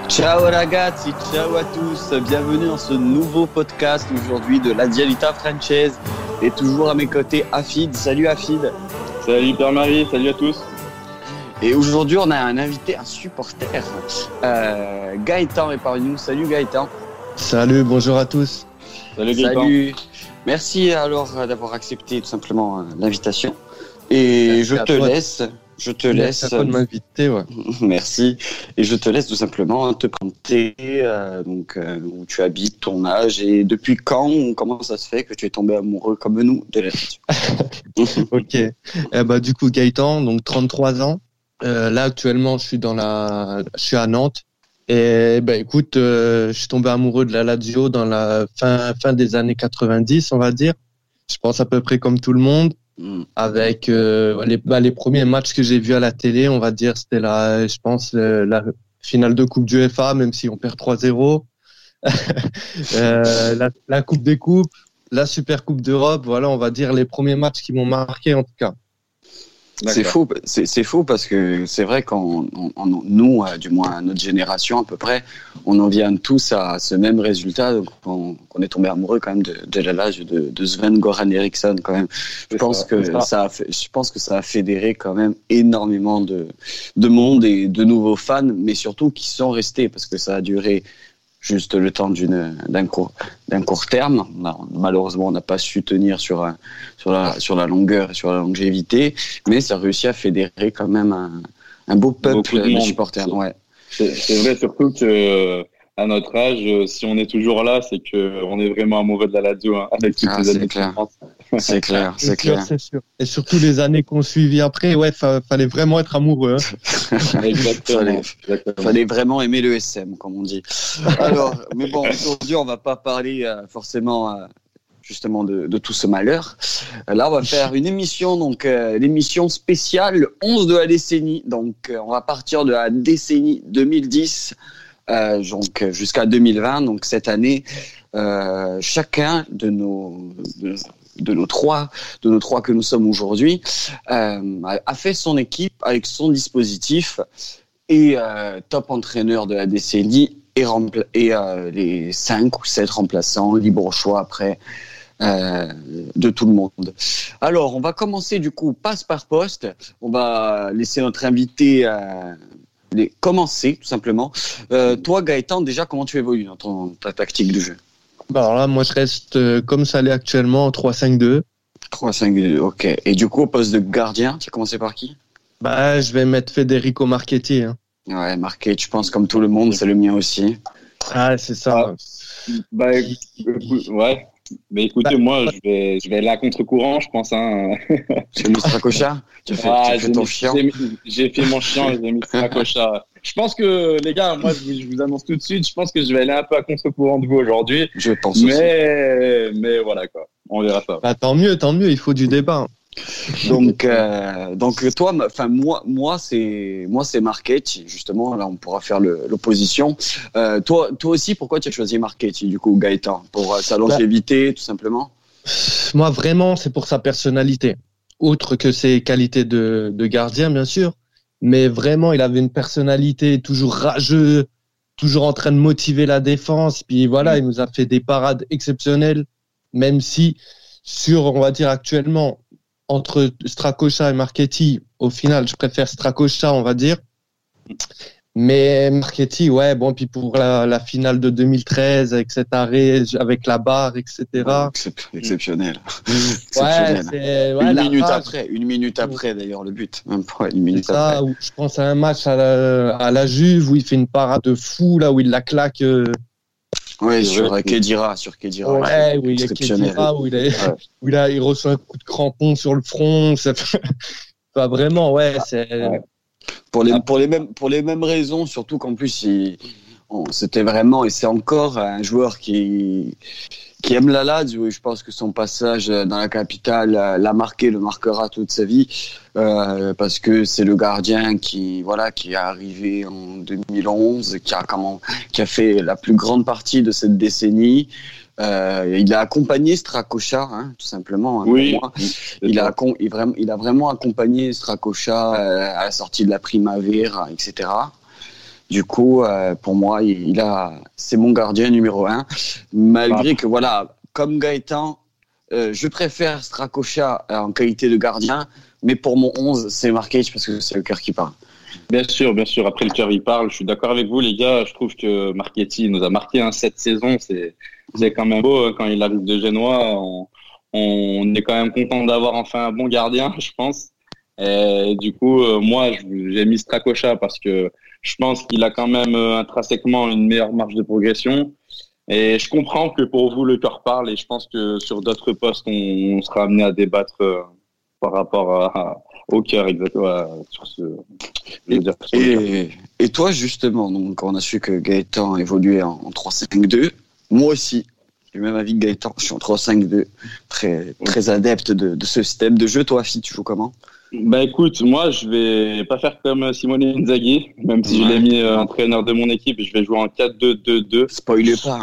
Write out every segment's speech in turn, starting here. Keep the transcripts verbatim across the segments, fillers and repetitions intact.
Ciao ragazzi, ciao à tous, bienvenue dans ce nouveau podcast aujourd'hui de la Dialita Franchise et toujours à mes côtés Afid. Salut Afid. Salut Pierre-Marie, salut à tous. Et aujourd'hui on a un invité, un supporter, euh, Gaëtan est parmi nous. Salut Gaëtan. Salut, bonjour à tous. Salut Gaëtan. Salut. Merci alors d'avoir accepté tout simplement l'invitation et Merci je te laisse. Je te Merci laisse. à toi de m'inviter, ouais. Merci. Et je te laisse tout simplement te présenter euh, donc, euh, où tu habites, ton âge et depuis quand, comment ça se fait que tu es tombé amoureux comme nous de la nature. Ok. Eh bah, du coup, Gaëtan, donc trente-trois ans. Euh, là, actuellement, je suis dans la, je suis à Nantes. Et bah, écoute, euh, je suis tombé amoureux de la Lazio dans la fin, fin des années quatre-vingt-dix, on va dire. Je pense à peu près comme tout le monde. Avec euh, les, bah, les premiers matchs que j'ai vus à la télé, on va dire, c'était la, je pense, euh, la finale de Coupe du F A, même si on perd trois zéro. euh, la, la Coupe des Coupes, la Super Coupe d'Europe, voilà, on va dire les premiers matchs qui m'ont marqué en tout cas. C'est faux, c'est, c'est faux parce que c'est vrai qu'on, on, on, nous, euh, du moins notre génération à peu près, on en vient tous à ce même résultat, donc on, on est tombé amoureux quand même de, de l'âge de, de Sven-Goran Eriksson quand même. Je pense ça, que ça. ça a fait, je pense que ça a fédéré quand même énormément de, de monde et de nouveaux fans, mais surtout qui sont restés parce que ça a duré juste le temps d'une, d'un court, d'un court terme. Malheureusement, on n'a pas su tenir sur, sur la, sur la longueur et sur la longévité, mais ça a réussi à fédérer quand même un, un beau peuple de, de supporters. Ouais. C'est, c'est vrai, surtout que, à notre âge, si on est toujours là, c'est que on est vraiment amoureux de la Lazio, hein, avec toutes ah, ces années. Clair. C'est clair, c'est, c'est clair. Sûr, c'est sûr. Et surtout les années qu'on suivi après, ouais, fa- fallait vraiment être amoureux. Hein. Exactement. Fallait, Exactement. fallait vraiment aimer le S M, comme on dit. Alors, mais bon, aujourd'hui, on va pas parler euh, forcément euh, justement de, de tout ce malheur. Là, on va faire une émission, donc euh, l'émission spéciale onze de la décennie. Donc, euh, on va partir de la décennie deux mille dix. Euh, donc jusqu'à deux mille vingt, donc cette année, euh, chacun de nos de, de nos trois, de nos trois que nous sommes aujourd'hui, euh, a fait son équipe avec son dispositif et euh, top entraîneur de la décennie et, rempla- et euh, les cinq ou sept remplaçants, libre au choix après euh, de tout le monde. Alors, on va commencer du coup passe par poste. On va laisser notre invité euh, les commencer tout simplement. Euh, toi Gaëtan, déjà comment tu évolues dans ton, ta tactique de jeu? Bah alors là, moi je reste euh, comme ça l'est actuellement en trois cinq deux. trois cinq deux, ok. Et du coup au poste de gardien, tu as commencé par qui? Bah je vais mettre Federico Marchetti. Hein. Ouais, Marchetti, je pense comme tout le monde, c'est le mien aussi. Ah c'est ça. Ah, bah écoute, ouais. Mais écoutez, bah, moi, je vais, je vais aller à contre-courant, je pense. Hein. Tu as mis Strakosha? Tu as fait, ah, tu as fait ton mis, chiant? J'ai, j'ai fait mon chiant et j'ai mis Strakosha. Je pense que, les gars, moi, je vous, je vous annonce tout de suite, je pense que je vais aller un peu à contre-courant de vous aujourd'hui. Je pense mais, aussi. Mais voilà, quoi. On verra ça. Bah, tant mieux, tant mieux, il faut du débat. Donc, euh, donc toi, enfin moi, moi c'est moi c'est Marchetti justement. Là, on pourra faire le, l'opposition. Euh, toi, toi aussi, pourquoi tu as choisi Marchetti du coup, Gaëtan, pour euh, sa longévité, bah, tout simplement? Moi, vraiment, c'est pour sa personnalité. Outre que ses qualités de, de gardien, bien sûr, mais vraiment, il avait une personnalité toujours rageux, toujours en train de motiver la défense. Puis voilà, il nous a fait des parades exceptionnelles, même si sur, on va dire actuellement. Entre Strakosha et Marchetti, au final, je préfère Strakosha, on va dire. Mais Marchetti, ouais, bon, puis pour la, la finale de deux mille treize, avec cet arrêt, avec la barre, et cetera. Excep- exceptionnel. Ouais, c'est, ouais, une minute rage. après, une minute après, d'ailleurs, le but. Ouais, une minute c'est ça, après. Où je pense à un match à la, à la Juve où il fait une parade de fou, là, où il la claque. Euh, Oui, sur Khedira, sur Khedira. Ouais, où il, Khedira, où il, est, ouais. où il, a, il reçoit un coup de crampon sur le front. Ça fait... enfin, vraiment, ouais, c'est. Ouais. Pour les, pour les mêmes, pour les mêmes raisons, surtout qu'en plus, il, on, c'était vraiment, et c'est encore un joueur qui, qui aime la Lazio, et je pense que son passage dans la capitale l'a marqué, le marquera toute sa vie, euh, parce que c'est le gardien qui, voilà, qui est arrivé en deux mille onze, qui a comment, qui a fait la plus grande partie de cette décennie. Euh, il a accompagné Strakosha, hein, tout simplement. Hein, oui. Pour moi. Il a, il, vraiment, il a vraiment accompagné Strakosha euh, à la sortie de la Primavera, et cetera. Du coup, euh, pour moi, il, il a, c'est mon gardien numéro un. Malgré que, voilà, comme Gaëtan, euh, je préfère Strakosha en qualité de gardien, mais pour mon onze, c'est Markic parce que c'est le cœur qui parle. Bien sûr, bien sûr. Après, le cœur, il parle. Je suis d'accord avec vous, les gars. Je trouve que Marchetti nous a marqué hein, cette saison. C'est, c'est quand même beau. Hein, quand il arrive de Genoa, on, on est quand même content d'avoir enfin un bon gardien, je pense. Et du coup, euh, moi, j'ai mis Strakosha parce que je pense qu'il a quand même euh, intrinsèquement une meilleure marge de progression. Et je comprends que pour vous, le cœur parle. Et je pense que sur d'autres postes, on, on sera amené à débattre euh, par rapport à, à, au cœur, exactement, à, sur ce. Et, dire, sur et, et toi, justement, donc, on a su que Gaëtan évoluait en, en trois cinq deux. Moi aussi. J'ai le même avis que Gaëtan. Je suis en trois cinq deux. Très, très adepte de, de ce système de jeu. Toi, Fi, tu joues comment? Bah écoute, moi je vais pas faire comme Simone Inzaghi, même si ouais. je l'ai mis euh, entraîneur de mon équipe, je vais jouer en quatre deux deux deux. Spoilez pas.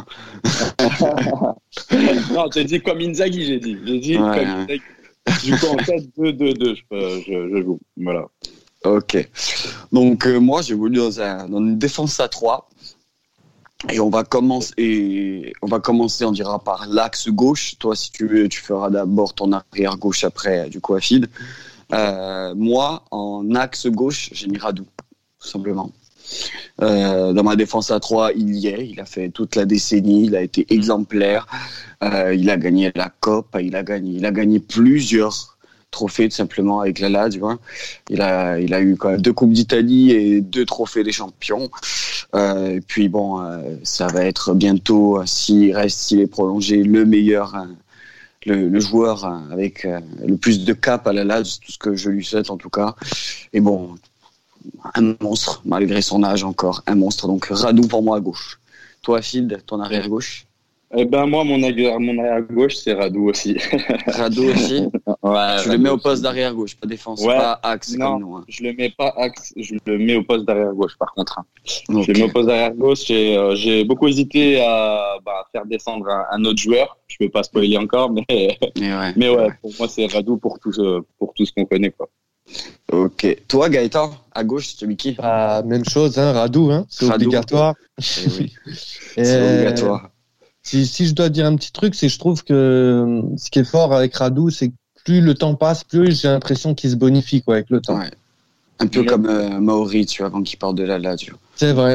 Non, j'ai dit comme Inzaghi, j'ai dit. J'ai dit ouais, comme Inzaghi. Du coup en quatre deux deux deux, je, je, je joue. Voilà. Ok. Donc euh, moi j'évolue dans, un, dans une défense à trois. Et on va commencer, et on va commencer, on dira par l'axe gauche. Toi, si tu veux, tu feras d'abord ton arrière gauche après, du coup, Afid. Euh, moi, en axe gauche, j'ai mis Radou, tout simplement. Euh, dans ma défense à trois, il y est. Il a fait toute la décennie. Il a été exemplaire. Euh, il a gagné la Coupe. Il a gagné, il a gagné plusieurs trophées, tout simplement, avec la Lazio. Il a, il a eu quand même deux Coupes d'Italie et deux trophées des champions. Euh, et puis bon, euh, ça va être bientôt, s'il reste, s'il est prolongé, le meilleur. Hein, Le, le joueur avec euh, le plus de cap à la Lazio, tout ce que je lui souhaite en tout cas. Et bon, un monstre, malgré son âge encore, un monstre. Donc Radou pour moi à gauche. Toi, Phil, ton arrière gauche? Eh ben moi, mon arrière, mon arrière gauche, c'est Radou aussi. Radou aussi. Ouais. Tu le mets au poste d'arrière gauche, pas défense, ouais. Pas axe non, comme nous. Hein. Je le mets pas axe, je le mets au poste d'arrière gauche par contre. Okay. Je le mets au poste d'arrière gauche. J'ai, euh, j'ai beaucoup hésité à bah, faire descendre un, un autre joueur. Je peux pas spoiler encore, mais mais ouais, mais ouais, ouais. Pour moi c'est Radou pour tout ce pour tout ce qu'on connaît quoi. Ok. Toi, Gaëtan, à gauche, tu as mis qui? Bah, même chose, hein, Radou, hein. C'est Radou, obligatoire. Eh oui. Et c'est obligatoire. Si, si je dois dire un petit truc, c'est que je trouve que ce qui est fort avec Radou, c'est que plus le temps passe, plus j'ai l'impression qu'il se bonifie quoi, avec le temps. Ouais. Un peu ouais. comme euh, Maori, tu vois, avant qu'il parte de la Lazio. C'est vrai.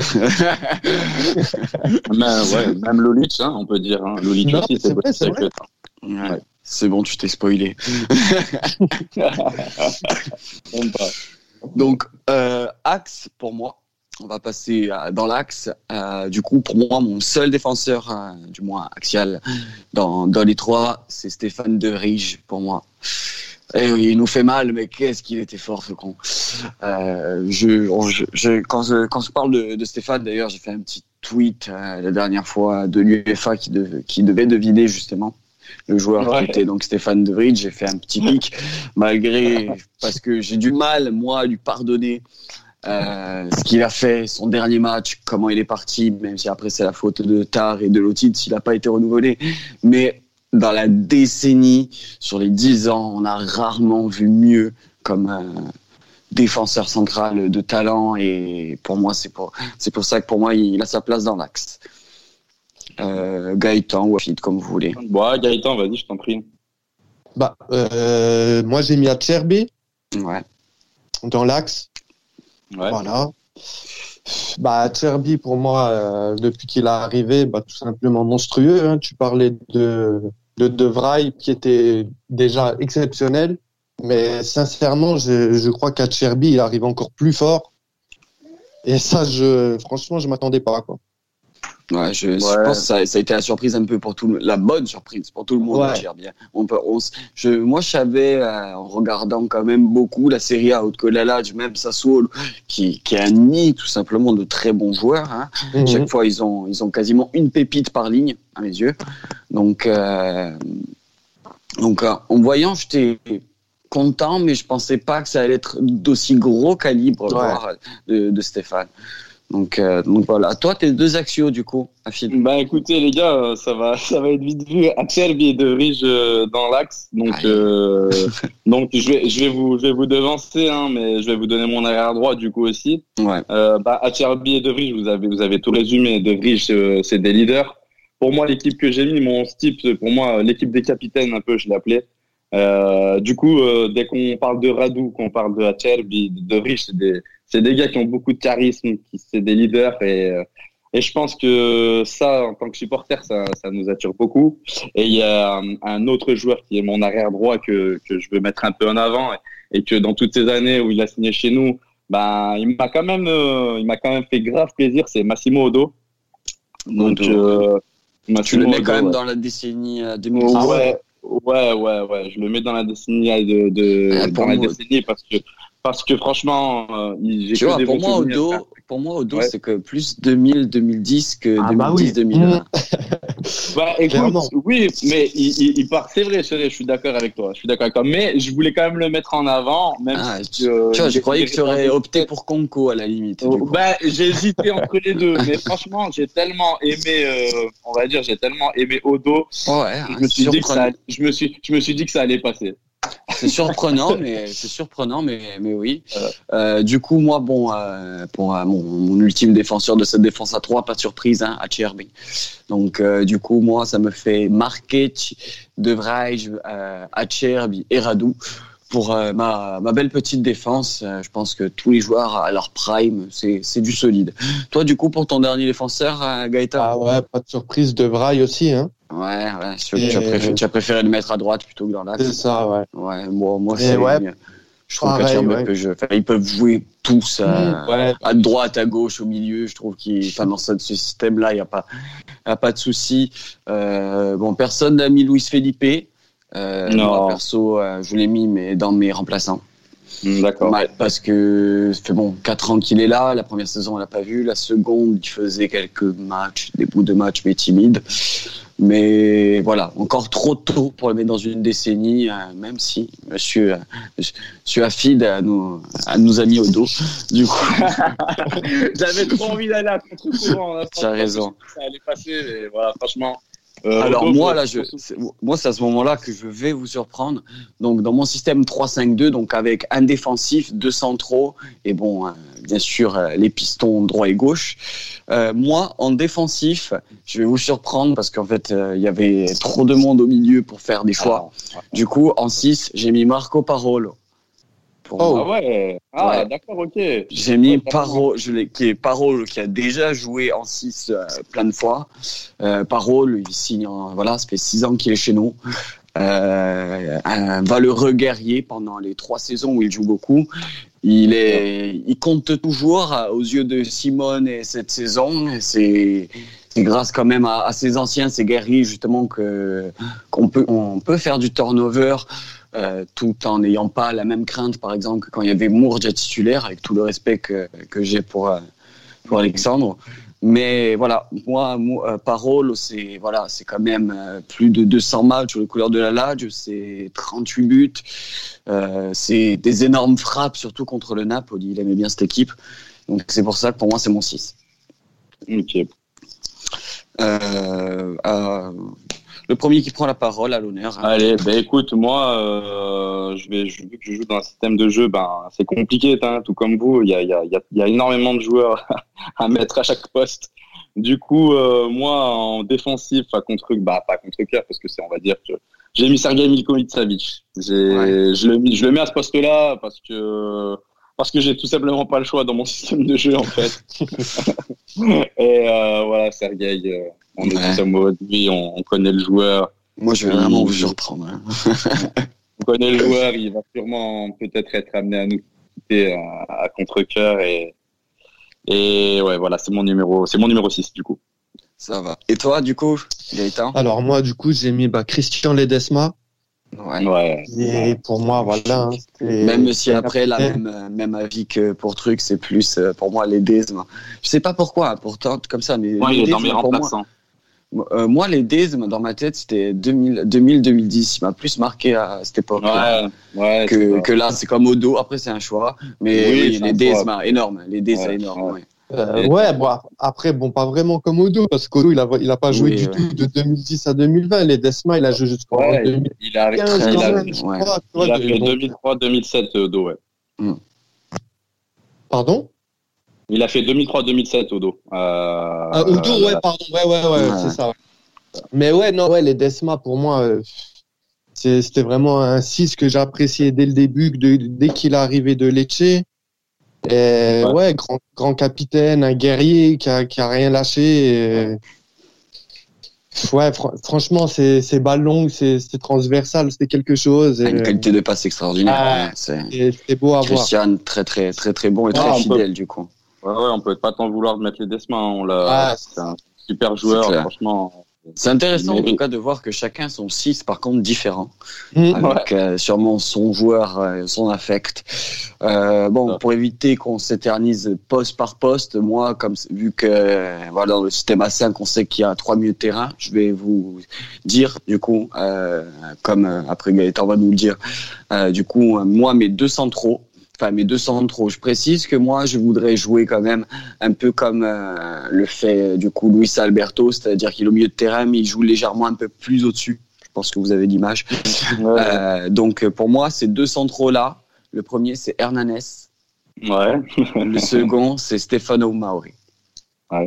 même, ouais, même Lolic, hein, on peut dire. Hein. Lolic non, aussi, c'est, c'est, vrai, c'est vrai. Ouais. Ouais. C'est bon, tu t'es spoilé. Donc, euh, axe pour moi. On va passer euh, dans l'axe. Euh, du coup, pour moi, mon seul défenseur, euh, du moins axial, dans, dans les trois, c'est Stéphane De Vrij pour moi. Et oui, il nous fait mal, mais qu'est-ce qu'il était fort, ce con. Euh, je, je, je, quand, je, quand je parle de, de Stéphane, d'ailleurs, j'ai fait un petit tweet euh, la dernière fois de l'UEFA qui, de, qui devait deviner justement le joueur ouais. qui était donc Stéphane De Vrij. J'ai fait un petit pic, malgré, parce que j'ai du mal, moi, à lui pardonner euh, ce qu'il a fait, son dernier match, comment il est parti, même si après c'est la faute de Tar et de Lotic s'il n'a pas été renouvelé. Mais dans la décennie, sur les dix ans, on a rarement vu mieux comme euh, défenseur central de talent. Et pour moi, c'est pour, c'est pour ça que pour moi, il a sa place dans l'axe. Euh, Gaëtan ou Afid, comme vous voulez. Bon, Gaëtan, vas-y, je t'en prie. Bah, euh, moi, j'ai mis Acerbi ouais. dans l'axe. Ouais. Voilà. Bah, Acerbi, pour moi, euh, depuis qu'il est arrivé, bah, tout simplement monstrueux. Hein. Tu parlais de de De Vrij qui était déjà exceptionnel, mais sincèrement, je, je crois qu'Acerbi, il arrive encore plus fort. Et ça, je, franchement, je m'attendais pas, quoi. Ouais, je, ouais. je pense que ça, ça a été la surprise un peu pour tout le, la bonne surprise pour tout le monde. Ouais. Bien. On peut, on, je, moi, je savais euh, en regardant quand même beaucoup la Serie A, autre que la Lazio, même Sassuolo, qui, qui a nid tout simplement de très bons joueurs. Hein. Mm-hmm. Chaque fois, ils ont, ils ont quasiment une pépite par ligne à mes yeux. Donc, euh, donc, euh, en voyant, j'étais content, mais je pensais pas que ça allait être d'aussi gros calibre ouais. de, de Stéphane. Donc, euh, donc voilà. Toi, tes deux axios du coup, Afid. Bah écoutez les gars, ça va, ça va être vite vu. Acerbi et De Vrij euh, dans l'axe, donc euh, donc je vais, je vais vous, je vais vous devancer, hein, mais je vais vous donner mon arrière droit du coup aussi. Ouais. Euh, bah Acerbi et De Vrij, vous avez, vous avez tout résumé. De Vrij, euh, c'est des leaders. Pour moi, l'équipe que j'ai mis, mon type, pour moi, l'équipe des capitaines un peu, je l'appelais. Euh, du coup, euh, dès qu'on parle de Radu, qu'on parle de Acerbi, De Vrij, c'est des C'est des gars qui ont beaucoup de charisme, qui c'est des leaders et et je pense que ça, en tant que supporter, ça, ça nous attire beaucoup. Et il y a un, un autre joueur qui est mon arrière droit que que je veux mettre un peu en avant et, et que dans toutes ces années où il a signé chez nous, ben il m'a quand même euh, il m'a quand même fait grave plaisir. C'est Massimo Odo. Donc euh, Massimo tu le mets Odo, quand même ouais. dans la décennie deux mille dix. Ah ouais, ouais, ouais, ouais. Je le mets dans la décennie de, de ah, dans la décennie parce que. Parce que franchement, euh, j'ai tu que vois, des pour, bons moi, Odo, pour moi, Odo, ouais. c'est que plus deux mille deux mille dix que ah deux mille dix deux mille vingt. Bah, oui. bah écoute, oui, mais il, il, il part, c'est vrai, c'est vrai, je suis d'accord avec toi, je suis d'accord avec toi. Mais je voulais quand même le mettre en avant, même ah, si tu, euh, tu vois, je croyais que tu aurais opté pour Conco à la limite. Oh, bah, j'ai hésité entre les deux, mais franchement, j'ai tellement aimé, euh, on va dire, j'ai tellement aimé Odo. Ouais, je me suis dit que ça, je me suis, je me suis dit que ça allait passer. C'est surprenant, mais c'est surprenant, mais mais oui. Euh, euh, du coup, moi, bon, euh, pour euh, mon, mon ultime défenseur de cette défense à trois, pas de surprise, hein, Acerbi. Donc, euh, du coup, moi, ça me fait Marquet, De Vrij, euh, Acerbi et Radu. Pour euh, ma ma belle petite défense, euh, je pense que tous les joueurs à leur prime, c'est c'est du solide. Toi, du coup, pour ton dernier défenseur, euh, Gaëtan. Ah ouais, pas de surprise, De Vrij aussi, hein. Ouais, ouais. Et... Tu as préféré, tu as préféré le mettre à droite plutôt que dans l'axe. C'est ça, ouais. Ouais, moi, moi, c'est. Ouais. Je trouve qu'Acerbi peut jouer. Enfin, ils peuvent jouer tous à, ouais. à droite, à gauche, au milieu. Je trouve qu'il, enfin, dans ce système-là, il y a pas, il y a pas de souci. Euh, bon, personne n'a mis Luis Felipe. Euh, non. Moi, perso, euh, je l'ai mis, mais dans mes remplaçants. D'accord. Parce que ça fait bon quatre ans qu'il est là. La première saison, on l'a pas vu. La seconde, il faisait quelques matchs, des bouts de matchs, mais timides. Mais voilà, encore trop tôt pour le mettre dans une décennie, euh, même si Monsieur, euh, Monsieur Afid euh, nous, euh, nous a mis au dos. Du coup, j'avais trop envie d'aller à contre-courant. Tu as raison. Ça allait passer, mais voilà, franchement. Euh, Alors moi faut, là, je, c'est, moi c'est à ce moment-là que je vais vous surprendre. Donc dans mon système trois cinq deux, donc avec un défensif, deux centraux et bon, euh, bien sûr euh, les pistons droit et gauche. Euh, moi en défensif, je vais vous surprendre parce qu'en fait il euh, y avait trop de monde au milieu pour faire des choix. Ah, du coup en six, j'ai mis Marco Parolo. Oh. Ah ouais, ah ouais. D'accord, ok. J'ai mis Parole, je l'ai, qui est Parole, qui a déjà joué en six euh, plein de fois. Euh, Parole, il signe, en, voilà, ça fait six ans qu'il est chez nous. Euh, un valeureux guerrier pendant les trois saisons où il joue beaucoup. Il est, il compte toujours aux yeux de Simone et cette saison. C'est, c'est grâce quand même à, à ces anciens, ces guerriers justement que qu'on peut, on peut faire du turnover. Euh, tout en n'ayant pas la même crainte, par exemple, que quand il y avait Mourgia titulaire, avec tout le respect que, que j'ai pour, euh, pour Alexandre. Mais voilà, moi, moi euh, Parole, c'est, voilà, c'est quand même euh, plus de deux cents matchs sur les couleurs de la Lazio, c'est trente-huit buts, euh, c'est des énormes frappes, surtout contre le Napoli. Il aimait bien cette équipe. Donc c'est pour ça que pour moi, c'est mon six. Ok. Euh, euh, Le premier qui prend la parole à l'honneur. Hein. Allez, ben écoute, moi, euh, je vais, je, vu que je joue dans un système de jeu, ben c'est compliqué, hein, tout comme vous. Il y a, il y a, il y a énormément de joueurs à mettre à chaque poste. Du coup, euh, moi, en défensif, à contre, bah pas contre-cœur, parce que c'est, on va dire que j'ai mis Sergej Milinković-Savić. J'ai, ouais. je le, je le mets à ce poste-là parce que parce que j'ai tout simplement pas le choix dans mon système de jeu en fait. Et euh, voilà, Sergej. Euh, On est tous amoureux de lui, on, on connaît le joueur. Moi, je vais vraiment vous surprendre. Hein. On connaît le joueur, il va sûrement peut-être être amené à nous quitter à, à contre-cœur et et ouais, voilà, c'est mon numéro, c'est mon numéro six du coup. Ça va. Et toi, du coup, Gaëtan ? Alors moi, du coup, j'ai mis bah, Christian Ledesma. Ouais. ouais. Et pour moi, voilà. Hein, même si après, la même, même avis que pour Truc, c'est plus pour moi Ledesma. Je sais pas pourquoi, pourtant, comme ça, mais. Ouais, il est dans mes remplaçants. Euh, moi, les Ledesma, dans ma tête, c'était deux mille deux mille dix. Il m'a plus marqué à cette époque ouais, ouais, que, que là. C'est comme Odo. Après, c'est un choix. Mais oui, oui les Ledesma, énorme. Les Ledesma, ouais, énorme. Ouais. Ouais. Euh, ouais, bon, après, bon, pas vraiment comme Odo, parce qu'Odo, il a, il a pas joué Oui, du ouais. tout de deux mille dix à deux mille vingt. Les Desma, il a joué jusqu'en Ouais, deux mille il a, quinze, il quand a, même, je ouais. crois, tu vois, il a de- fait donc- deux mille trois deux mille sept, Odo, ouais. Pardon? Il a fait deux mille trois deux mille sept, Odo. Euh, Ah, Odo, euh, ouais, pardon, ouais, ouais, ouais, Ouais. c'est ça. ouais. Mais ouais, non, ouais, les Desma, pour moi, euh, c'est- c'était vraiment un six que j'appréciais dès le début, de- dès qu'il est arrivé de Lecce. Et ouais, Ouais. grand, grand capitaine, un guerrier qui a, qui a rien lâché. et- Ouais, fr- franchement, c'est, c'est balle longue, c'est, c'est transversal, c'était quelque chose. A une et- qualité de passe extraordinaire. Ah, hein, c'est et C'était beau à voir. Christian, très très très très bon et Ah, très on fidèle du coup. Ouais, ouais, on peut pas t'en vouloir de mettre les Desma. hein. On l'a, Ah, c'est un super joueur, clair. franchement. C'est intéressant en Mais- tout cas de voir que chacun son six par contre différent, Mmh. avec euh, sûrement son joueur, euh, son affect. Euh, bon, Ouais. pour éviter qu'on s'éternise poste par poste, moi, comme c'est- vu que euh, voilà dans le système A cinq, on sait qu'il y a trois milieux de terrain, je vais vous dire du coup, euh, comme euh, après Gaëtan va nous le dire, euh, du coup, euh, moi mes deux centraux. Enfin, mes deux centraux. Je précise que moi, je voudrais jouer quand même un peu comme euh, le fait du coup Luis Alberto, c'est-à-dire qu'il est au milieu de terrain, mais il joue légèrement un peu plus au-dessus. Je pense que vous avez l'image. Ouais. Euh, donc pour moi, ces deux centraux-là, le premier c'est Hernanes, Ouais. le second c'est Stefano Mauri. Ouais.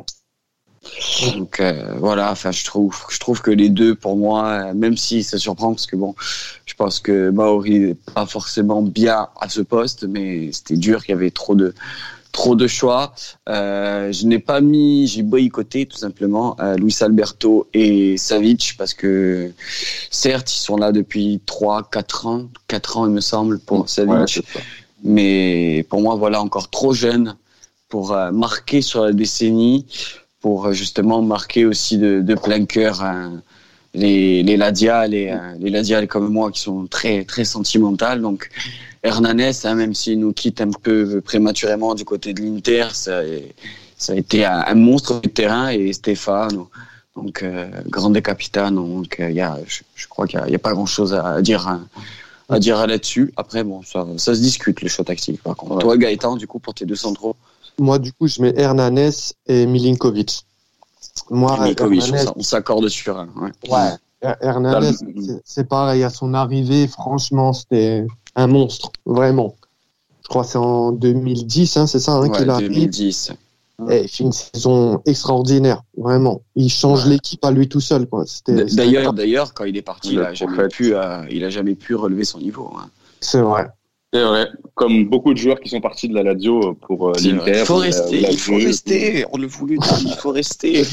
Donc euh, voilà, enfin je trouve, je trouve que les deux pour moi, euh, même si ça surprend parce que bon, je pense que Mauri n'est pas forcément bien à ce poste, mais c'était dur, il y avait trop de trop de choix. Euh, je n'ai pas mis, j'ai boycotté tout simplement euh, Luis Alberto et Savic parce que certes ils sont là depuis trois quatre ans, quatre ans il me semble pour Savic, Ouais, c'est ça. mais pour moi voilà encore trop jeune pour euh, marquer sur la décennie, pour euh, justement marquer aussi de, de plein cœur hein, les les Ladia, les euh, les Ladia comme moi qui sont très très sentimentales. Donc Hernanes, hein, même s'il nous quitte un peu prématurément du côté de l'Inter, ça, ça a été un, un monstre de terrain et Stéphane, donc euh, grande capitaine. Donc il euh, y a, je, je crois qu'il y a, y a pas grand chose à dire. Hein, à dire là-dessus. Après, bon, ça, ça se discute, les choix tactiques, par contre. Ouais. Toi, Gaëtan, du coup, pour tes deux centraux, Moi, du coup, je mets Hernanes et Milinkovic. Moi, Milinkovic, on Hernanes, s- on s'accorde sur un. Ouais. ouais, Her- Hernanes, Ça, le- c'est- c'est pareil. À son arrivée, franchement, c'était un monstre, vraiment. Je crois que c'est en deux mille dix, hein, c'est ça, hein, Ouais, qu'il arrive. deux mille dix. Et il fait une saison extraordinaire, vraiment. Il change Ouais. l'équipe à lui tout seul, quoi. C'était, D- c'était D'ailleurs, incroyable. d'ailleurs, quand il est parti, il Le a jamais prophète. pu, euh, il a jamais pu relever son niveau. Hein. C'est vrai. C'est vrai. Comme beaucoup de joueurs qui sont partis de la Lazio pour euh, C'est vrai. l'Inter. Il faut ou la- rester, ou la il faut Juve. rester. On le voulait dire, il faut rester.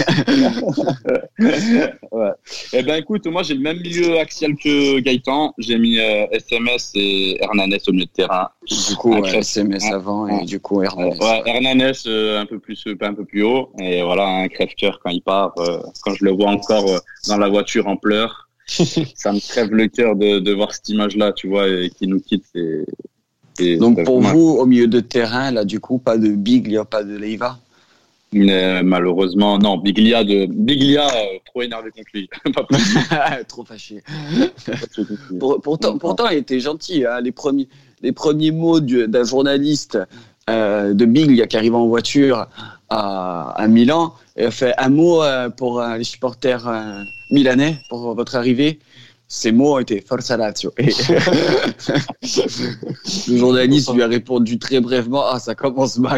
Ouais. Eh ben écoute, moi j'ai le même milieu axial que Gaëtan. J'ai mis euh, S M S et Hernanes au milieu de terrain. Du coup, Un ouais, crève- S M S ouais. avant Ouais. et du coup, Ouais, Hernanes. ouais, Hernanes euh, un peu plus euh, un peu plus haut et voilà un crève-cœur quand il part. euh, quand je le vois encore euh, dans la voiture en pleurs, ça me crève le cœur de, de voir cette image-là, tu vois, et qui nous quitte. Et, et Donc c'est pour vraiment- vous, au milieu de terrain, là, du coup, pas de Biglia, pas de Leiva. Mais malheureusement, non, Biglia, de, Biglia euh, trop énervé contre lui. Pas plus. Trop fâché. Pour- pourtant, pourtant, il était gentil. Hein. Les premiers, les premiers mots du- d'un journaliste euh, de Biglia qui arrive en voiture à, à Milan, il a fait un mot euh, pour euh, les supporters euh, milanais pour votre arrivée. Ces mots ont été Forza Lazio. Et le journaliste lui a répondu très brièvement, ah, ça commence mal.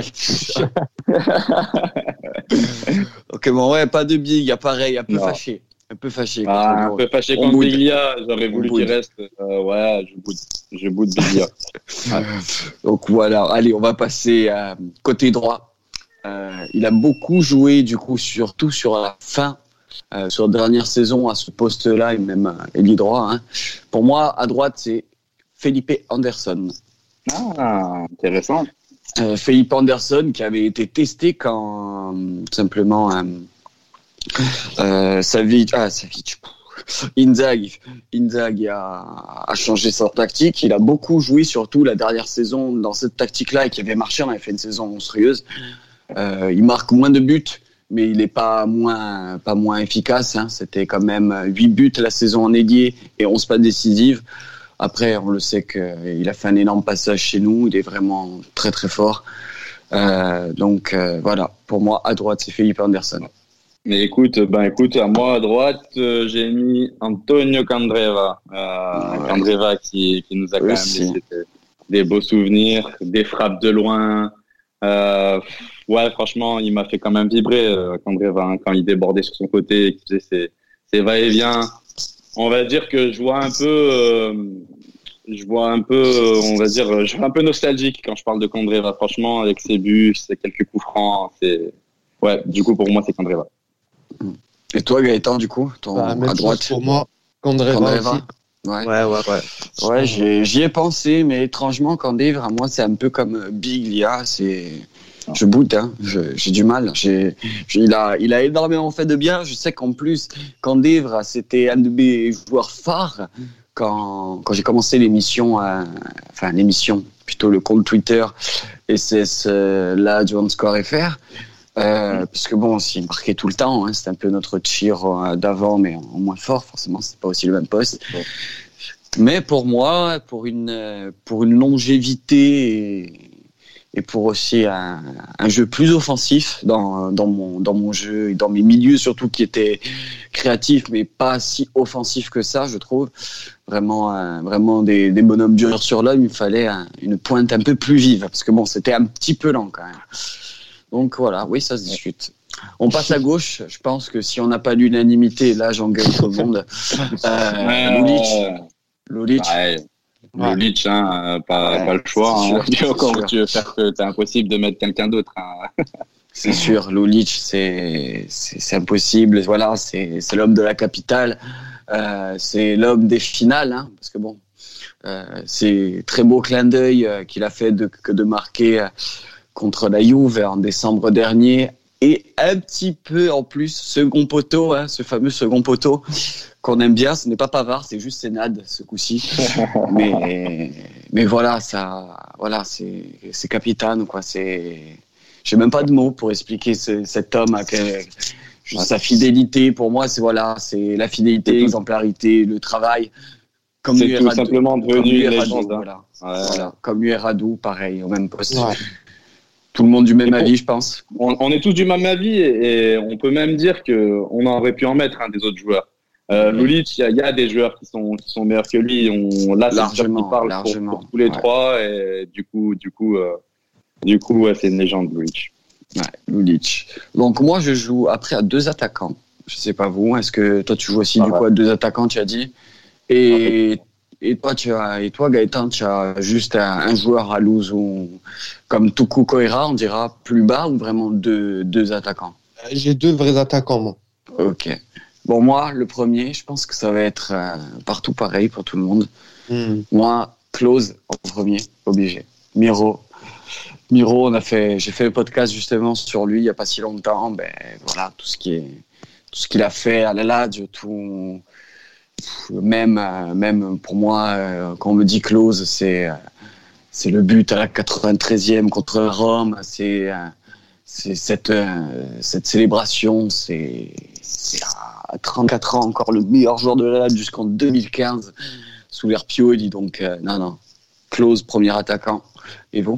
Ok, bon, ouais, pas de big, pareil, un peu Non. fâché. Un peu fâché. Ah, un peu fâché On contre boude. Biglia. J'aurais On voulu boude. qu'il reste. Euh, ouais, je boude. Je boude Biglia. Donc voilà, allez, on va passer à côté droit. Euh, il a beaucoup joué, du coup, surtout sur la fin, euh, sur la dernière saison, à ce poste-là, et même euh, ailier droit. Hein. Pour moi, à droite, c'est Felipe Anderson. Ah, intéressant. Euh, Felipe Anderson qui avait été testé quand euh, simplement euh, euh, Savic, ah Savic, Inzaghi, Inzaghi a, a changé sa tactique. Il a beaucoup joué, surtout la dernière saison, dans cette tactique-là et qui avait marché. On avait fait une saison monstrueuse. Euh, il marque moins de buts, mais il n'est pas moins pas moins efficace. Hein. C'était quand même huit buts la saison en ailier et onze passes décisives. Après, on le sait qu'il a fait un énorme passage chez nous. Il est vraiment très très fort. Euh, donc euh, voilà, pour moi à droite c'est Felipe Anderson. Mais écoute, ben écoute, à moi à droite, euh, j'ai mis Antonio Candreva, euh, ouais. Candreva qui, qui nous a quand Aussi. même laissé des, des beaux souvenirs, des frappes de loin. Euh, ouais, franchement, il m'a fait quand même vibrer, euh, Candreva, hein, quand il débordait sur son côté, et qu'il faisait ses, ses va-et-vient. On va dire que je vois un peu, euh, je vois un peu, on va dire, je suis un peu nostalgique quand je parle de Candreva. Franchement, avec ses buts, ses quelques coups francs, c'est, ouais, du coup pour moi c'est Candreva. Et toi, Gaëtan, du coup, ton bah, même à droite pour moi, Candreva. Candreva. Aussi. Ouais, ouais, ouais. Ouais, ouais j'ai, j'y ai pensé, mais étrangement, Candreva, moi, c'est un peu comme Biglia. C'est, je boude, hein. Je, j'ai du mal. J'ai, j'ai, il a, il a énormément fait de bien. Je sais qu'en plus, Candreva, c'était un de mes joueurs phares quand, quand j'ai commencé l'émission, euh, enfin l'émission, plutôt le compte Twitter, S S euh, là du Score F R. Euh, parce que bon, s'il marquait tout le temps, hein, c'était un peu notre tir euh, d'avant, mais en moins fort, forcément, c'est pas aussi le même poste. Ouais. Mais pour moi, pour une pour une longévité et, et pour aussi un, un jeu plus offensif dans dans mon dans mon jeu et dans mes milieux surtout qui étaient créatifs, mais pas si offensifs que ça, je trouve. Vraiment, euh, vraiment des, des bonhommes durs sur l'homme. Il fallait un, une pointe un peu plus vive, parce que bon, c'était un petit peu lent quand même. Donc voilà, oui, ça se discute. On passe à gauche. Je pense que si on n'a pas l'unanimité, là, j'engueule tout le monde. Euh, Lulic. Lulic. Ouais. Lulic, hein, pas, ouais, pas le choix. Hein. Sûr, Quand tu veux faire que c'est impossible de mettre quelqu'un d'autre. Hein. C'est sûr, Lulic, c'est, c'est, c'est impossible. Voilà, c'est, c'est l'homme de la capitale. Euh, c'est l'homme des finales, hein, parce que bon, euh, c'est très beau clin d'œil euh, qu'il a fait de, que de marquer. Euh, contre la Juve en décembre dernier et un petit peu en plus second poteau, hein, ce fameux second poteau qu'on aime bien. Ce n'est pas Pavard, c'est juste Sénad ce coup-ci. mais mais voilà, ça, voilà, c'est c'est capitane quoi. C'est, j'ai même pas de mots pour expliquer ce, cet homme. À quel, juste sa fidélité pour moi, c'est voilà, c'est la fidélité, l'exemplarité, le travail. Comme c'est tout simplement devenu une légende. Voilà. Ouais. Voilà. Comme Ueradou, pareil, au même poste. Ouais. Tout le monde du même pour, avis, je pense. On, on est tous du même avis et, et on peut même dire que on aurait pu en mettre un hein, des autres joueurs. Euh, mmh. Lulic, il y, y a des joueurs qui sont qui sont meilleurs que lui. On, là, c'est sûr qu'il parle pour, pour tous les ouais. trois et du coup, du coup, euh, du coup, ouais, c'est une légende, Lulic. Ouais, Lulic. Donc moi, je joue après à deux attaquants. Je sais pas vous. Est-ce que toi, tu joues aussi ah, du ouais. coup à deux attaquants, tu as dit. Et ah, Et toi, tu as, et toi, Gaëtan, tu as juste un, un joueur à loose ou comme Tuku Koira, on dira plus bas ou vraiment deux, deux attaquants? J'ai deux vrais attaquants, moi. Ok. Bon, moi, le premier, je pense que ça va être euh, partout pareil pour tout le monde. Mm. Moi, Klose en premier, obligé. Miro. Miro, on a fait, j'ai fait le podcast justement sur lui il y a pas si longtemps. Ben voilà, tout ce qui est, tout ce qu'il a fait à la Lazio, tout. Même, même pour moi, quand on me dit Klose, c'est, c'est le but à la quatre-vingt-treizième contre Rome, c'est, c'est cette, cette célébration, c'est, c'est à trente-quatre ans encore le meilleur joueur de la Lazio jusqu'en deux mille quinze sous l'ère Pioli. Donc, non, non. Klose, premier attaquant. Et vous?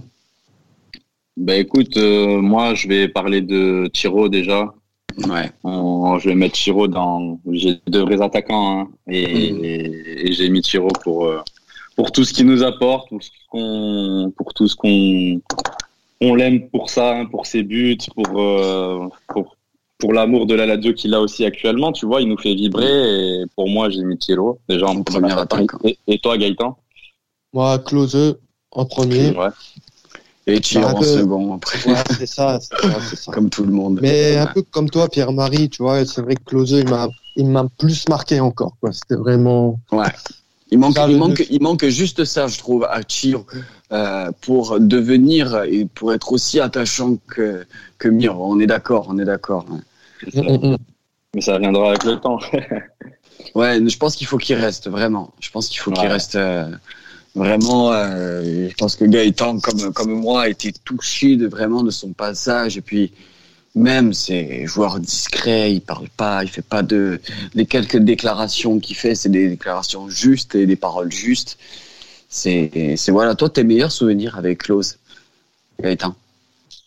Bah écoute, euh, moi je vais parler de Chiro déjà. Ouais. On, je vais mettre Chiro dans. J'ai deux vrais attaquants hein, et, mmh. et, et j'ai mis Chiro pour euh, pour tout ce qu'il nous apporte, pour ce qu'on, pour tout ce qu'on on l'aime pour ça, hein, pour ses buts, pour euh, pour pour l'amour de la Lazio qu'il a aussi actuellement. Tu vois, il nous fait vibrer. Et pour moi, j'ai mis Chiro déjà en premier attaquant. Et, et toi, Gaëtan? Moi, Klose en premier. Ouais. Et Chiro en second après. Ouais, c'est ça, c'est ça, c'est ça. Comme tout le monde. Mais un peu comme toi, Pierre-Marie, tu vois, c'est vrai que Klose, il m'a, il m'a plus marqué encore, quoi. C'était vraiment. Ouais. Il manque, ça, il manque, il manque juste ça, je trouve, à Chiro, euh, pour devenir et pour être aussi attachant que, que Miro. On est d'accord, on est d'accord. Ouais. Mm-hmm. Mais ça viendra avec le temps. Ouais, je pense qu'il faut qu'il reste, vraiment. Je pense qu'il faut ouais. qu'il reste, euh, Vraiment, euh, je pense que Gaëtan, comme comme moi, a été touché de vraiment de son passage. Et puis même, c'est joueur discret, il parle pas, il fait pas de les quelques déclarations qu'il fait, c'est des déclarations justes et des paroles justes. C'est c'est voilà. Toi, tes meilleurs souvenirs avec Klose, Gaëtan?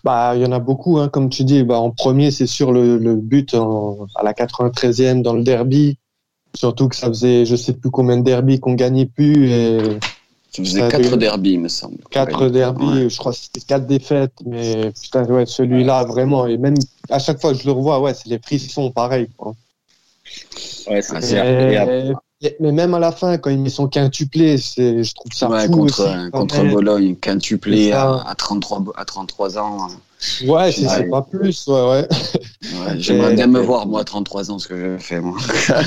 Bah, il y en a beaucoup, hein, comme tu dis. Bah, en premier, c'est sûr le, le but en, à la quatre-vingt-treizième dans le derby. Surtout que ça faisait, je sais plus combien de derbys qu'on gagnait plus. Et tu faisais quatre derbys, me semble. Quatre derbys, ouais. Je crois que c'était quatre défaites. Mais putain, ouais, celui-là, vraiment. Et même à chaque fois que je le revois, ouais, c'est les frissons, pareil, quoi. Ouais, c'est, et, c'est agréable. Mais même à la fin, quand il met son quintuplé, c'est, je trouve ça ouais, fou contre, aussi. Contre Bologne, quintuplé à, à trente-trois, à trente-trois ans. Ouais, c'est, c'est pas plus, ouais, ouais. ouais j'aimerais et, bien me et, voir, moi, à trente-trois ans, ce que j'ai fait, moi.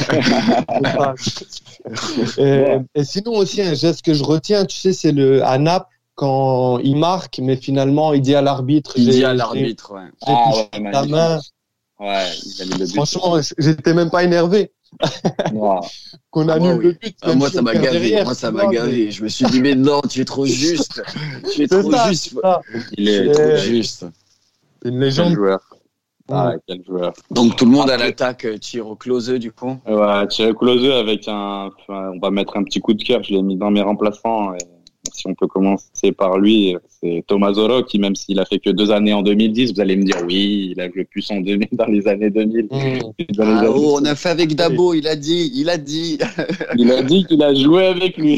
et, et sinon aussi, un geste que je retiens, tu sais, c'est le, à Naples, quand il marque, mais finalement, il dit à l'arbitre. Il dit à l'arbitre, ouais. J'ai ah, touché ouais, ta main. Ouais, il a mis le but. Franchement, j'étais même pas énervé. Wow. Qu'on annule ah, oui. le but. Ah, moi, ça m'a gavé. Derrière, moi, ça m'a gavé. Mais... Je me suis dit, mais non, tu es trop juste. Tu es trop ça, juste. Il est et... trop juste. C'est une légende. Quel joueur. Ah, mmh. Quel joueur. Donc, tout le monde Après... à l'attaque tire au close, du coup. Ouais, tire au close avec un, enfin, on va mettre un petit coup de cœur. Je l'ai mis dans mes remplaçants. Et... Si on peut commencer par lui, c'est Tommaso qui, même s'il a fait que deux années en deux mille dix, vous allez me dire oui, il a joué plus en deux mille, dans les années deux mille. Mmh. Dans les ah années oh, on a fait avec Dabo, il a dit, il a dit. Il a dit qu'il a joué avec lui.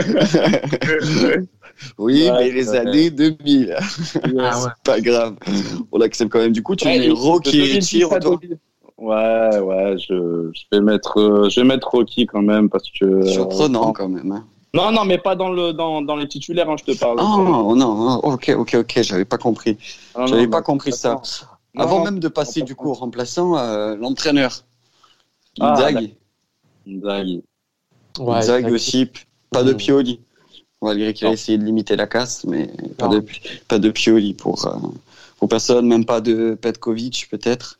oui, ouais, mais les ouais. années deux mille. Ah, ouais. C'est pas grave. On l'accepte quand même. Du coup, tu ouais, mets Rocky et Tire. Ouais, ouais, je, je vais mettre, je vais mettre Rocky quand même parce que. Surprenant euh, quand même. Hein. Non, non, mais pas dans le dans dans les titulaires, hein, je te parle. Oh non, non, ok, ok, ok, j'avais pas compris. Non, j'avais non, pas compris ça. Non, Avant non, même de passer du coup au remplaçant, euh, l'entraîneur, Inzaghi. Ah, Inzaghi. Ouais, Inzaghi aussi, pas de Pioli. Malgré qu'il a essayé de limiter la casse, mais pas de pas de Pioli pour euh, pour personne, même pas de Petkovic peut-être.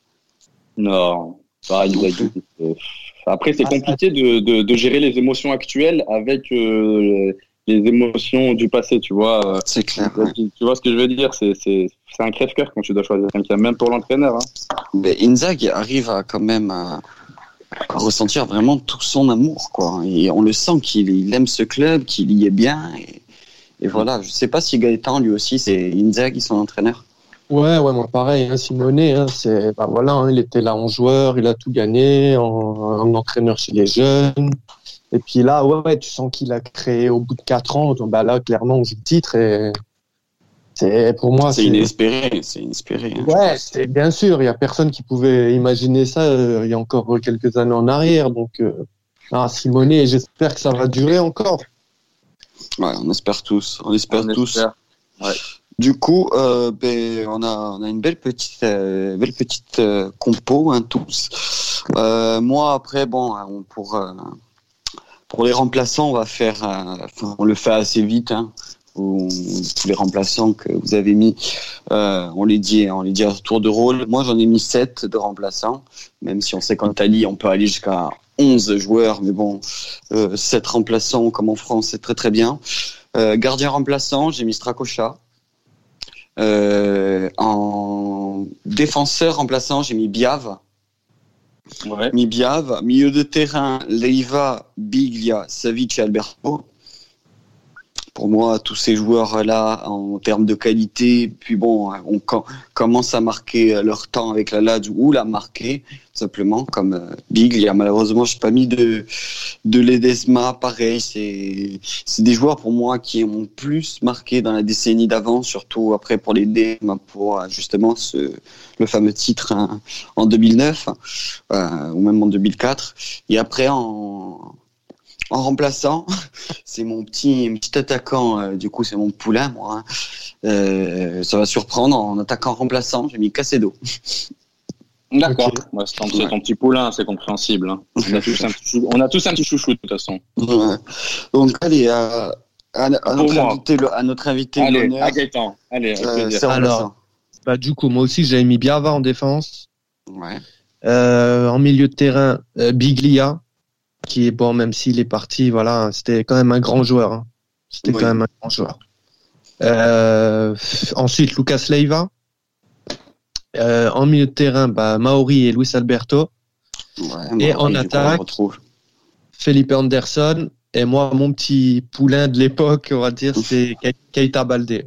Non, pas Inzaghi. Après, c'est compliqué de, de, de gérer les émotions actuelles avec euh, les émotions du passé, tu vois. C'est clair. Tu, ouais. tu vois ce que je veux dire, c'est, c'est, c'est un crève-cœur quand tu dois choisir quelqu'un, même pour l'entraîneur. Hein. Mais Inzaghi arrive à quand même à, à ressentir vraiment tout son amour, quoi. Et on le sent qu'il il aime ce club, qu'il y est bien. Et, et voilà, je sais pas si Gaëtan, lui aussi, c'est Inzaghi son entraîneur. Ouais, ouais, moi pareil, hein, Simone, hein, c'est, bah voilà, hein, il était là en joueur, il a tout gagné, en, en entraîneur chez les jeunes. Et puis là, ouais, ouais, tu sens qu'il a créé au bout de quatre ans, donc, bah là, clairement, on joue le titre et c'est, pour moi, c'est, c'est inespéré, c'est inespéré. Hein, ouais, c'est bien sûr, il y a personne qui pouvait imaginer ça, euh, il y a encore quelques années en arrière, donc, euh, ah, Simone, j'espère que ça va durer encore. Ouais, on espère tous, on espère on tous. Espère. Ouais. Du coup, euh, ben, on a on a une belle petite euh, belle petite euh, compo, hein, tous. Euh, moi après, bon, on, pour euh, pour les remplaçants, on va faire, euh, enfin, on le fait assez vite. Hein, où, tous les remplaçants que vous avez mis, euh, on les dit, on les dit à tour de rôle. Moi, j'en ai mis sept de remplaçants, même si on sait qu'en Italie, on peut aller jusqu'à onze joueurs, mais bon, euh, sept remplaçants comme en France, c'est très très bien. Euh, gardien remplaçant, j'ai mis Strakosha. Euh, en défenseur remplaçant, j'ai mis Biave. Ouais. Mis Biave. Milieu de terrain, Leiva, Biglia, Savic et Alberto. Pour moi, tous ces joueurs-là, en termes de qualité, puis bon, on com- commence à marquer leur temps avec la Lazio ou la marquer, simplement, comme euh, Biglia. Malheureusement, je n'ai pas mis de, de Ledesma. Pareil, c'est, c'est des joueurs pour moi qui ont plus marqué dans la décennie d'avant, surtout après pour Ledesma, pour justement ce, le fameux titre hein, en deux mille neuf, euh, ou même en deux mille quatre. Et après, en... En remplaçant, c'est mon petit, petit attaquant, euh, du coup c'est mon poulain, moi. Hein. Euh, ça va surprendre, en attaquant remplaçant, j'ai mis Caicedo. D'accord, okay. Ouais, c'est, ton, c'est ton petit poulain, c'est compréhensible. Hein. On, a tous un petit, on a tous un petit chouchou de toute façon. Ouais. Donc allez, à, à, à, notre, invité, le, à notre invité allez, l'honneur. À Gaëtan, allez, euh, c'est alors, bah, du coup moi aussi j'avais mis Biava en défense. Ouais. Euh, en milieu de terrain, euh, Biglia. Qui est bon, même s'il est parti, voilà, c'était quand même un grand joueur. Hein. C'était oui. quand même un grand joueur. Euh, ensuite, Lucas Leiva. Euh, en milieu de terrain, bah, Mauri et Luis Alberto. Ouais, et en attaque, Felipe Anderson. Et moi, mon petit poulain de l'époque, on va dire, c'est Keita Baldé.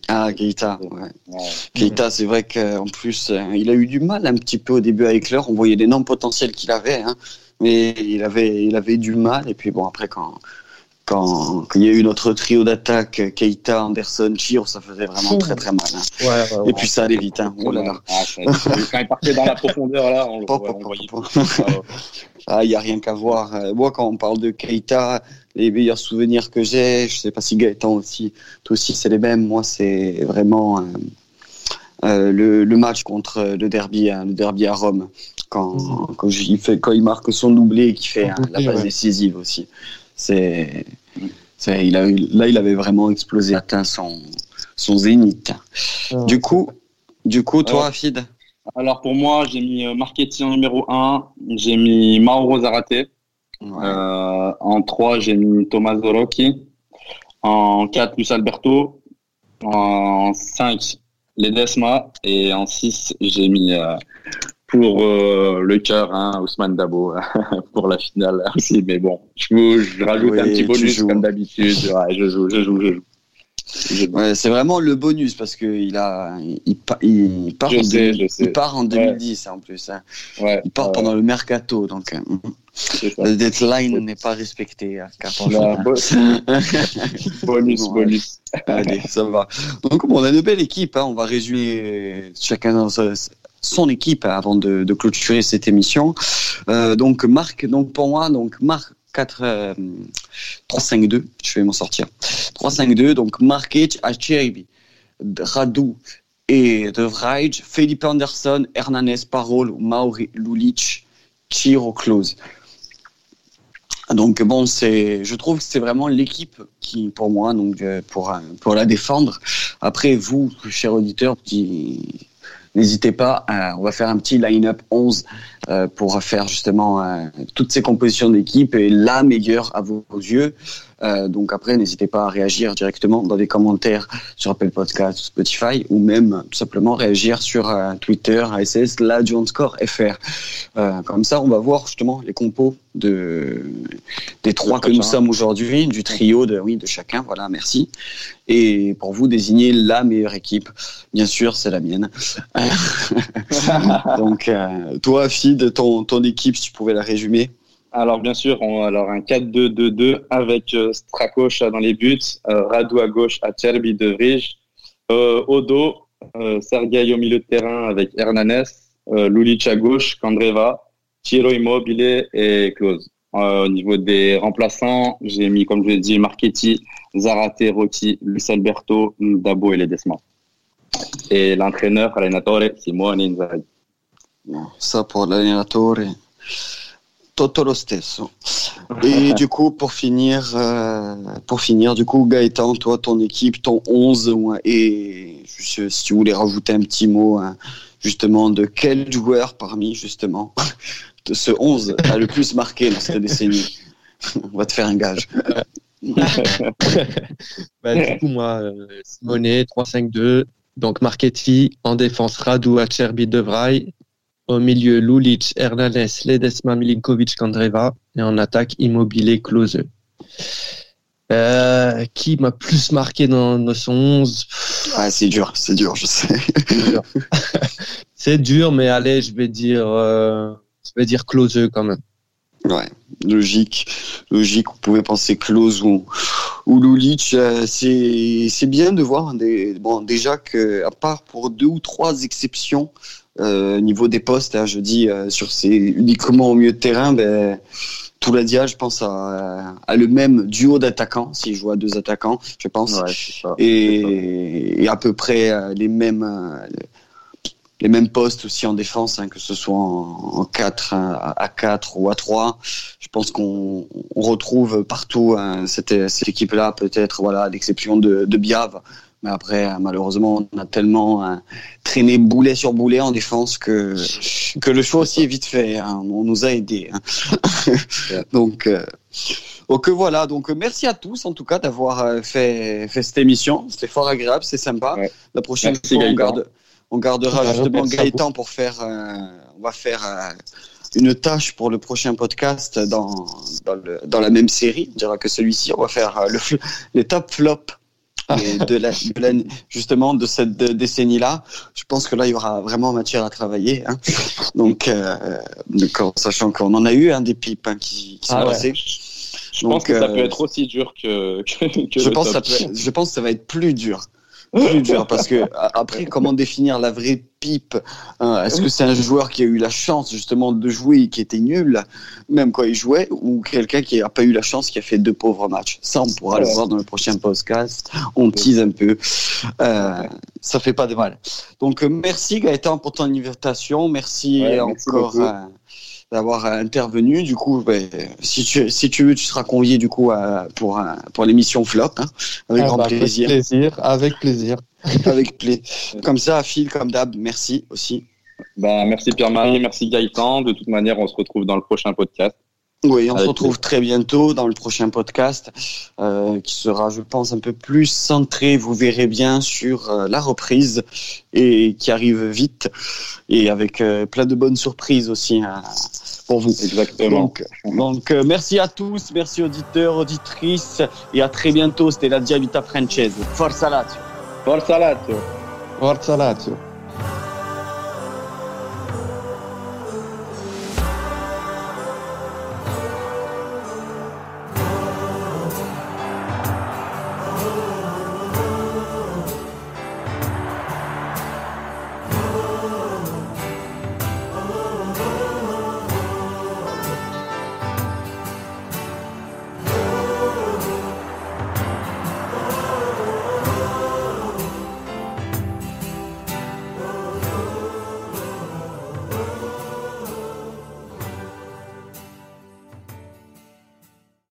Ah, Keita, ouais. ouais. Keita, c'est vrai qu'en plus, euh, il a eu du mal un petit peu au début avec l'heure. On voyait l'énorme potentiel qu'il avait, hein, mais il avait, il avait du mal. Et puis bon, après, quand, quand, quand il y a eu notre trio d'attaque, Keita, Anderson, Chiro, ça faisait vraiment très très mal. Hein. Ouais, ouais, ouais. Et puis ça allait vite. Hein. Oh là là. Ah, quand il partait dans la profondeur, là, on le voyait. Ah, il n'y a rien qu'à voir. Moi, quand on parle de Keita, les meilleurs souvenirs que j'ai, je ne sais pas si Gaëtan aussi, toi aussi, c'est les mêmes. Moi, c'est vraiment euh, euh, le, le match contre le derby, hein, le derby à Rome, quand, mmh. quand, il fait, quand il marque son doublé et qu'il fait hein, la passe ouais. décisive aussi. C'est, c'est, il a eu, là, il avait vraiment explosé, atteint son, son zénith. Mmh. Du coup, du coup, toi, ouais. Fid. Alors pour moi, j'ai mis Marchetti en numéro un, j'ai mis Mauro Zarate, ouais. euh, en trois, j'ai mis Tommaso Rocchi, en quatre, Luis Alberto, en cinq, Ledesma, et en six, j'ai mis euh, pour euh, le cœur, hein, Ousmane Dabo, pour la finale aussi, mais bon, je, je rajoute oui, un petit bonus comme d'habitude, ouais, je joue, je joue, je joue. Ouais, c'est vraiment le bonus parce que il a, il, il, il part, en, sais, deux, il part en deux mille dix ouais. en plus. Hein. Ouais, il part ouais. pendant le mercato, donc le deadline n'est pas respecté. Hein, non, bo- bonus, bon, bonus. Allez, ça va. Donc bon, on a une belle équipe. Hein, on va résumer chacun dans sa, son équipe hein, avant de, de clôturer cette émission. Euh, donc Marc, donc pour moi, donc Marc. quatre, euh, trois cinq deux, je vais m'en sortir. trois cinq deux, donc Markic, Acerbi, Radu et De Vrij, Felipe Anderson, Hernandez, Parole, Mauri, Lulic, Chiro, Klose. Donc bon, c'est, je trouve que c'est vraiment l'équipe qui, pour moi, donc pour pour la défendre. Après vous, chers auditeurs, petit. N'hésitez pas, euh, on va faire un petit line-up onze euh, pour faire justement euh, toutes ces compositions d'équipe et la meilleure à vos, vos yeux. Euh, donc après, n'hésitez pas à réagir directement dans les commentaires sur Apple Podcast ou Spotify ou même tout simplement réagir sur euh, Twitter, A S S, la du underscore F R. Euh, comme ça, on va voir justement les compos de, des trois que nous sommes aujourd'hui, du trio de, oui, de chacun. Voilà, merci. Et pour vous désigner la meilleure équipe, bien sûr, c'est la mienne. Donc, euh, toi, Fid, ton, ton équipe, si tu pouvais la résumer. Alors, bien sûr, on, alors un quatre deux deux deux avec euh, Strakos dans les buts, euh, Radu à gauche, Acerbi, De Vrij, euh, au dos, euh, Sergueï au milieu de terrain avec Hernandez, euh, Lulic à gauche, Candreva, Chiro, Immobile et Klose. Euh, au niveau des remplaçants, j'ai mis, comme je l'ai dit, Marchetti, Zarate, Rocchi, Luis Alberto, Dabo et Ledesma. Et l'entraîneur, allenatore, Simone Inzaghi. Ça pour l'allenatore, tutto lo stesso. Et du coup, pour finir, euh, pour finir, du coup, Gaëtan, toi, ton équipe, ton onze, ouais, et je, si tu voulais rajouter un petit mot, hein, justement, de quel joueur parmi, justement, de ce onze a le plus marqué dans cette décennie. On va te faire un gage. Bah, du coup, moi, euh, Simone, trois cinq deux. Donc, Marchetti, en défense, Radu, Acerbi, De Vrij. Au milieu, Lulic, Hernandez, Ledesma, Milinkovic, Candreva. Et en attaque, Immobile, Klose. Euh, qui m'a plus marqué dans, dans son onze? Ah, c'est dur, c'est dur, je sais. C'est dur, c'est dur mais allez, je vais dire, euh, je vais dire Klose quand même. Ouais, logique, logique. Vous pouvez penser Klose ou ou Lulic. Euh, c'est c'est bien de voir des bon déjà que à part pour deux ou trois exceptions euh, au niveau des postes, hein, je dis euh, sur ces uniquement au milieu de terrain, ben Touladia, je pense à, à le même duo d'attaquants, s'il joue à deux attaquants, je pense, ouais, c'est ça, et, c'est ça. et à peu près les mêmes les mêmes postes aussi en défense, hein, que ce soit en, en quatre, à quatre ou à trois. Je pense qu'on on retrouve partout hein, cette, cette équipe-là, peut-être voilà, à l'exception de, de Biave. Mais après, malheureusement, on a tellement hein, traîné boulet sur boulet en défense que, que le choix aussi est vite fait. Hein. On nous a aidés. Hein. donc, euh, donc voilà. Donc merci à tous en tout cas d'avoir fait, fait cette émission. C'était fort agréable, c'est sympa. Ouais. La prochaine merci, fois, Gaëtan. on garde, on gardera ouais, justement Gaëtan pour faire. Euh, on va faire. Euh, une tâche pour le prochain podcast dans, dans, le, dans la même série. On dira que celui-ci, on va faire le, les top flops Et de la, de la, justement de cette décennie-là, je pense que là il y aura vraiment matière à travailler. Hein. Donc, euh, donc, en sachant qu'on en a eu hein, des pipes hein, qui, qui sont Ah ouais. passées. Je Donc, pense que ça euh, peut être aussi dur que, que, que je le pense top. que ça peut, je pense que ça va être plus dur. Plus dur parce que après comment définir la vraie pipe hein, est-ce que c'est un joueur qui a eu la chance justement de jouer et qui était nul même quand il jouait ou quelqu'un qui n'a pas eu la chance qui a fait deux pauvres matchs. Ça on pourra ouais. le voir dans le prochain podcast, on tease un peu euh, ça fait pas de mal. Donc merci Gaëtan pour ton invitation, merci ouais, encore merci euh, d'avoir intervenu. Du coup, ben, si tu si tu veux, tu seras convié du coup à, pour un, pour l'émission Flop, hein, avec ah grand bah, plaisir. Avec plaisir, avec plaisir, avec plaisir. Comme ça, Phil, comme d'hab, merci aussi. Bah, merci Pierre-Marie, merci Gaëtan. De toute manière, on se retrouve dans le prochain podcast. Oui, on se retrouve très bientôt dans le prochain podcast euh, qui sera, je pense, un peu plus centré, vous verrez bien, sur euh, la reprise et qui arrive vite et avec euh, plein de bonnes surprises aussi hein, pour vous. Exactement. Donc, donc euh, merci à tous, merci auditeurs, auditrices et à très bientôt. C'était la Dia Vita Francese. Forza Lazio. Forza Lazio. Forza Lazio.